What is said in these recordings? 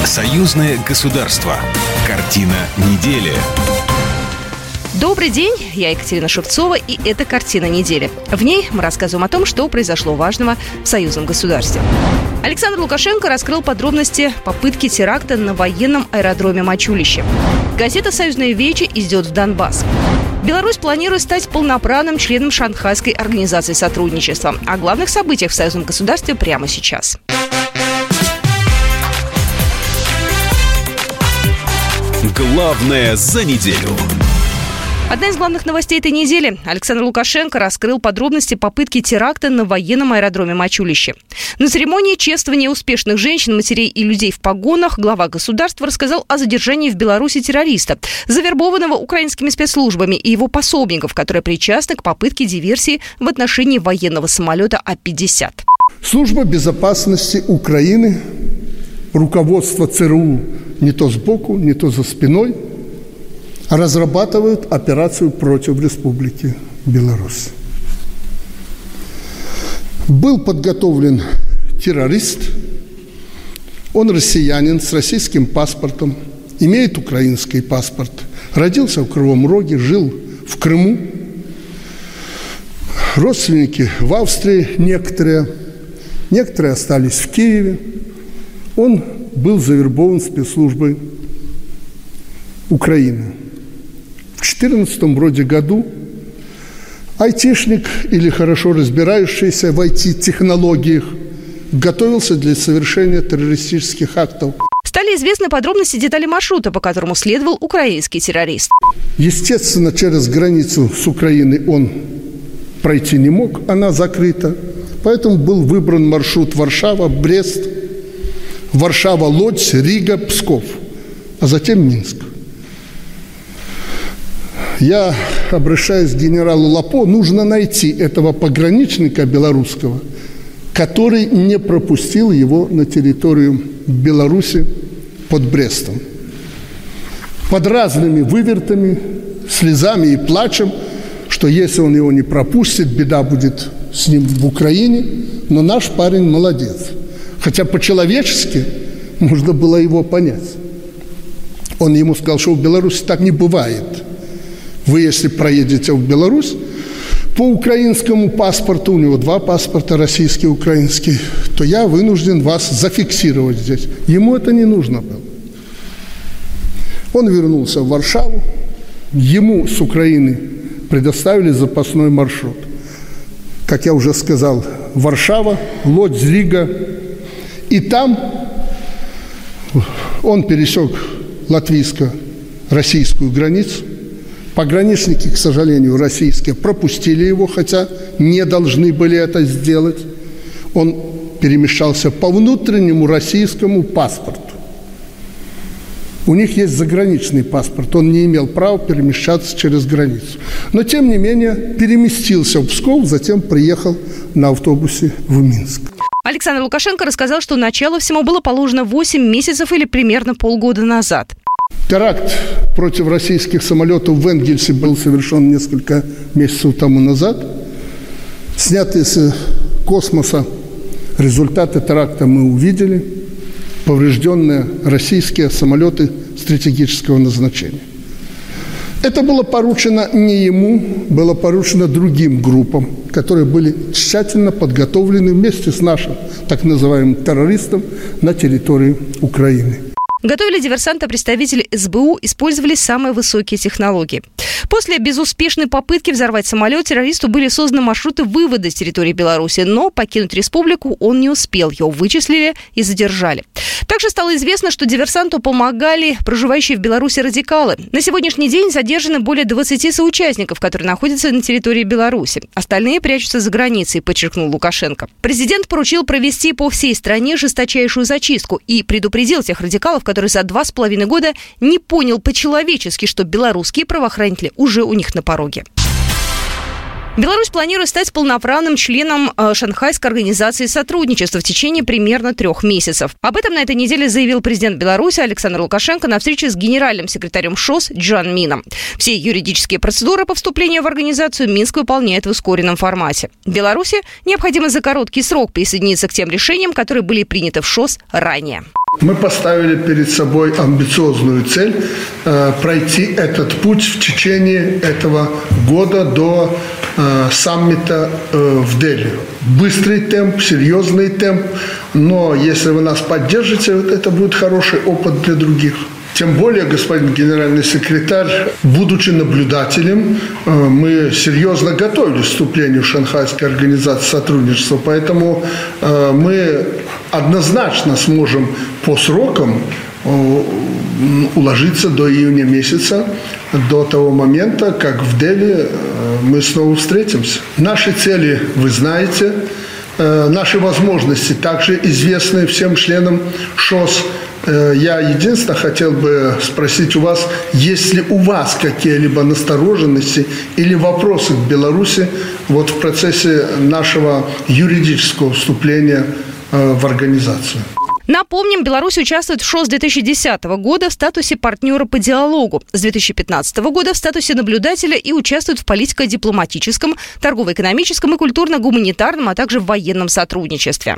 Союзное государство. Картина недели. Добрый день, я Екатерина Шевцова, и это «Картина недели». В ней мы рассказываем о том, что произошло важного в союзном государстве. Александр Лукашенко раскрыл подробности попытки теракта на военном аэродроме Мачулище. Газета «Союзная Вечи» идет в Донбасс. Беларусь планирует стать полноправным членом Шанхайской организации сотрудничества. О главных событиях в союзном государстве прямо сейчас. Главное за неделю. Одна из главных новостей этой недели. Александр Лукашенко раскрыл подробности попытки теракта на военном аэродроме Мачулище. На церемонии чествования успешных женщин, матерей и людей в погонах глава государства рассказал о задержании в Беларуси террориста, завербованного украинскими спецслужбами, и его пособников, которые причастны к попытке диверсии в отношении военного самолета А-50. Служба безопасности Украины, руководство ЦРУ не то сбоку, не то за спиной разрабатывают операцию против Республики Беларусь. Был подготовлен террорист, он россиянин с российским паспортом, имеет украинский паспорт, родился в Кривом Роге, жил в Крыму, родственники в Австрии некоторые остались в Киеве. Он был завербован спецслужбой Украины. В 2014 году айтишник или хорошо разбирающийся в IT-технологиях готовился для совершения террористических актов. Стали известны подробности деталей маршрута, по которому следовал украинский террорист. Естественно, через границу с Украиной он пройти не мог, она закрыта. Поэтому был выбран маршрут Варшава-Брест, Варшава-Лодзь, Рига, Псков, а затем Минск. Я обращаюсь к генералу Лапо, нужно найти этого пограничника белорусского, который не пропустил его на территорию Беларуси под Брестом. Под разными вывертами, слезами и плачем, что если он его не пропустит, беда будет с ним в Украине, но наш парень молодец. Хотя по-человечески можно было его понять. Он ему сказал, что в Беларуси так не бывает. Вы, если проедете в Беларусь по украинскому паспорту, у него 2 паспорта, российский и украинский, то я вынужден вас зафиксировать здесь. Ему это не нужно было. Он вернулся в Варшаву, ему с Украины предоставили запасной маршрут. Как я уже сказал, Варшава, Лодзь, Рига. И там он пересек латвийско-российскую границу. Пограничники, к сожалению, российские пропустили его, хотя не должны были это сделать. Он перемещался по внутреннему российскому паспорту. У них есть заграничный паспорт, он не имел права перемещаться через границу. Но, тем не менее, переместился в Псков, затем приехал на автобусе в Минск. Александр Лукашенко рассказал, что начало всему было положено 8 месяцев или примерно полгода назад. Теракт против российских самолетов в Энгельсе был совершен несколько месяцев тому назад. Снятые с космоса результаты теракта мы увидели. Поврежденные российские самолеты стратегического назначения. Это было поручено не ему, было поручено другим группам, которые были тщательно подготовлены вместе с нашим так называемым террористом на территории Украины. Готовили диверсанта представители СБУ, использовали самые высокие технологии. После безуспешной попытки взорвать самолет террористу были созданы маршруты вывода с территории Беларуси, но покинуть республику он не успел. Его вычислили и задержали. Также стало известно, что диверсанту помогали проживающие в Беларуси радикалы. На сегодняшний день задержаны более 20 соучастников, которые находятся на территории Беларуси. Остальные прячутся за границей, подчеркнул Лукашенко. Президент поручил провести по всей стране жесточайшую зачистку и предупредил тех радикалов, которые за 2,5 года не понял по-человечески, что белорусские правоохранители уже у них на пороге. Беларусь планирует стать полноправным членом Шанхайской организации сотрудничества в течение примерно 3 месяцев. Об этом на этой неделе заявил президент Беларуси Александр Лукашенко на встрече с генеральным секретарем ШОС Джан Мином. Все юридические процедуры по вступлению в организацию Минск выполняет в ускоренном формате. Беларуси необходимо за короткий срок присоединиться к тем решениям, которые были приняты в ШОС ранее. Мы поставили перед собой амбициозную цель пройти этот путь в течение этого года до саммита в Дели. Быстрый темп, серьезный темп, но если вы нас поддержите, это будет хороший опыт для других. Тем более, господин генеральный секретарь, будучи наблюдателем, мы серьезно готовились к вступлению в Шанхайской организации сотрудничества, поэтому мы однозначно сможем по срокам уложиться до июня месяца, до того момента, как в Дели мы снова встретимся. Наши цели вы знаете, наши возможности также известны всем членам ШОС. Я единственное хотел бы спросить у вас, есть ли у вас какие-либо настороженности или вопросы к Беларуси в процессе нашего юридического вступления в организацию? Напомним, Беларусь участвует в ШОС 2010 года в статусе партнера по диалогу, с 2015 года в статусе наблюдателя и участвует в политико-дипломатическом, торгово-экономическом и культурно-гуманитарном, а также в военном сотрудничестве.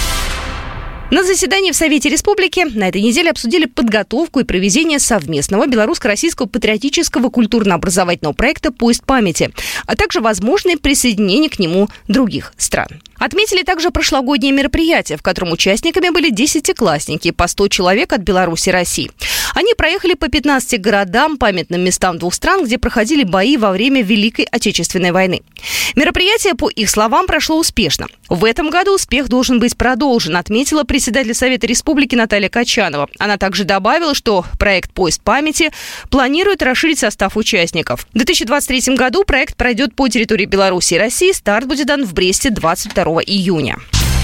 На заседании в Совете Республики на этой неделе обсудили подготовку и проведение совместного белорусско-российского патриотического культурно-образовательного проекта «Поезд памяти», а также возможное присоединение к нему других стран. Отметили также прошлогоднее мероприятие, в котором участниками были 10-классники, по 100 человек от Беларуси и России. Они проехали по 15 городам, памятным местам двух стран, где проходили бои во время Великой Отечественной войны. Мероприятие, по их словам, прошло успешно. В этом году успех должен быть продолжен, отметила председатель Совета Республики Наталья Качанова. Она также добавила, что проект «Поезд памяти» планирует расширить состав участников. В 2023 году проект пройдет по территории Беларуси и России. Старт будет дан в Бресте 22 июня.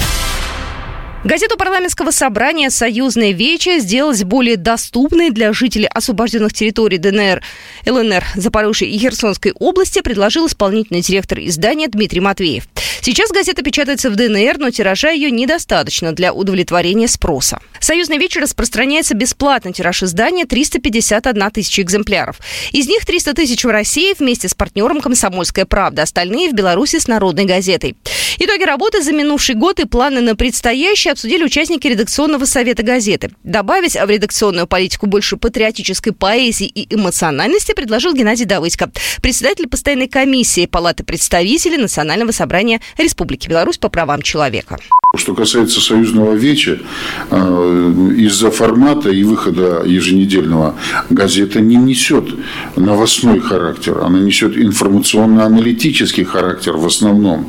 Газету парламентского собрания «Союзная Вече» сделать более доступной для жителей освобожденных территорий ДНР, ЛНР, Запорожья и Херсонской области предложил исполнительный директор издания Дмитрий Матвеев. Сейчас газета печатается в ДНР, но тиража ее недостаточно для удовлетворения спроса. «Союзная Вече» распространяется бесплатно. Тираж издания 351 тысяча экземпляров. Из них 300 тысяч в России вместе с партнером «Комсомольская правда». Остальные в Беларуси с «Народной газетой». Итоги работы за минувший год и планы на предстоящий обсудили участники редакционного совета газеты. Добавить в редакционную политику больше патриотической поэзии и эмоциональности предложил Геннадий Давыдько, председатель постоянной комиссии Палаты представителей Национального собрания Республики Беларусь по правам человека. Что касается «Союзного Вече», из-за формата и выхода еженедельного газета не несет новостной характер, она несет информационно-аналитический характер в основном.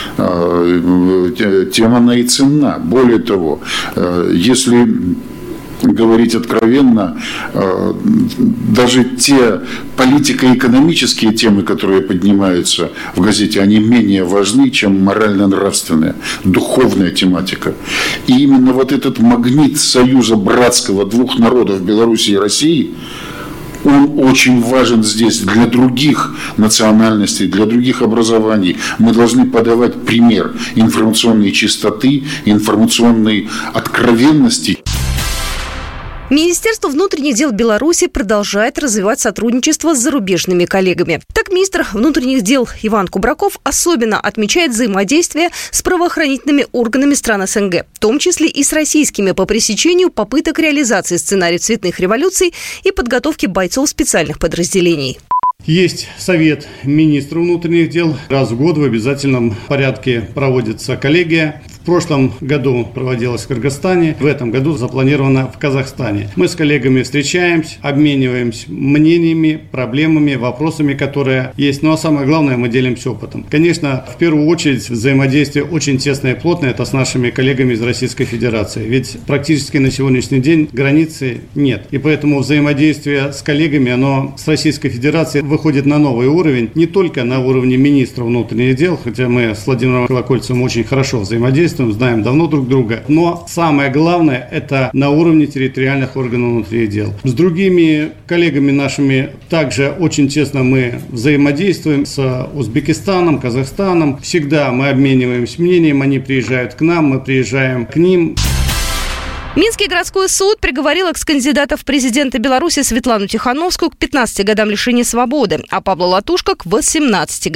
Тем она и ценна. Более того, если говорить откровенно, даже те политико-экономические темы, которые поднимаются в газете, они менее важны, чем морально-нравственная, духовная тематика. И именно вот этот магнит союза братского двух народов Беларуси и России, он очень важен здесь для других национальностей, для других образований. Мы должны подавать пример информационной чистоты, информационной откровенности. Министерство внутренних дел Беларуси продолжает развивать сотрудничество с зарубежными коллегами. Так, министр внутренних дел Иван Кубраков особенно отмечает взаимодействие с правоохранительными органами стран СНГ, в том числе и с российскими, по пресечению попыток реализации сценария цветных революций и подготовки бойцов специальных подразделений. Есть совет министров внутренних дел. Раз в год в обязательном порядке проводится коллегия. В прошлом году проводилась в Кыргызстане, в этом году запланировано в Казахстане. Мы с коллегами встречаемся, обмениваемся мнениями, проблемами, вопросами, которые есть. Ну а самое главное, мы делимся опытом. Конечно, в первую очередь взаимодействие очень тесное и плотное. Это с нашими коллегами из Российской Федерации. Ведь практически на сегодняшний день границы нет. И поэтому взаимодействие с коллегами, оно с Российской Федерацией выходит на новый уровень. Не только на уровне министра внутренних дел, хотя мы с Владимиром Колокольцевым очень хорошо взаимодействуем, знаем давно друг друга. Но самое главное, это на уровне территориальных органов внутренних дел. С другими коллегами нашими также очень тесно мы взаимодействуем, с Узбекистаном, Казахстаном. Всегда мы обмениваемся мнением, они приезжают к нам, мы приезжаем к ним. Минский городской суд приговорил экс-кандидата в президенты Беларуси Светлану Тихановскую к 15 годам лишения свободы, а Павла Латушко к 18 годам.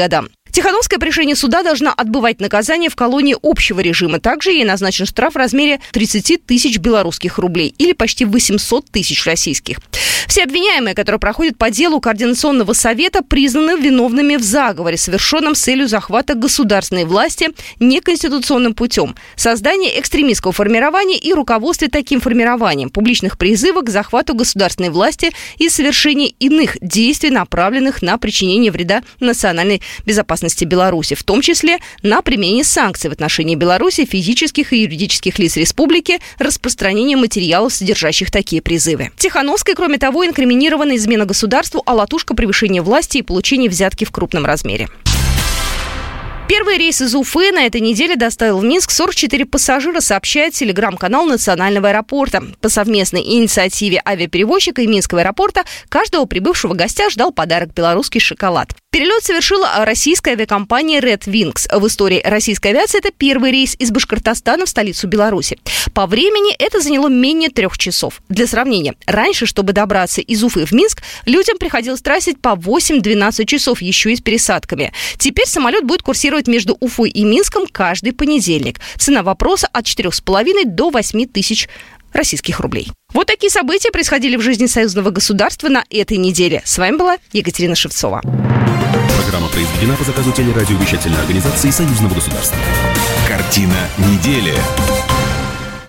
Тихановская по решению суда должна отбывать наказание в колонии общего режима. Также ей назначен штраф в размере 30 тысяч белорусских рублей или почти 800 тысяч российских. Все обвиняемые, которые проходят по делу Координационного совета, признаны виновными в заговоре, совершенном с целью захвата государственной власти неконституционным путем, создания экстремистского формирования и руководстве таким формированием, публичных призывов к захвату государственной власти и совершения иных действий, направленных на причинение вреда национальной безопасности Беларуси, в том числе на применение санкций в отношении Беларуси, физических и юридических лиц республики, распространение материалов, содержащих такие призывы. Тихановской, кроме того, инкриминирована измена государству, алатушка, превышение власти и получение взятки в крупном размере. Первый рейс из Уфы на этой неделе доставил в Минск 44 пассажира, сообщает телеграм-канал Национального аэропорта. По совместной инициативе авиаперевозчика и Минского аэропорта каждого прибывшего гостя ждал подарок – белорусский шоколад. Перелет совершила российская авиакомпания Red Wings. В истории российской авиации это первый рейс из Башкортостана в столицу Беларуси. По времени это заняло менее 3 часов. Для сравнения, раньше, чтобы добраться из Уфы в Минск, людям приходилось тратить по 8-12 часов, еще и с пересадками. Теперь самолет будет курсировать между Уфой и Минском каждый понедельник. Цена вопроса от 4,5 до 8 тысяч российских рублей. Вот такие события происходили в жизни союзного государства на этой неделе. С вами была Екатерина Шевцова. Программа произведена по заказу телерадиовещательной организации Союзного государства. Картина недели.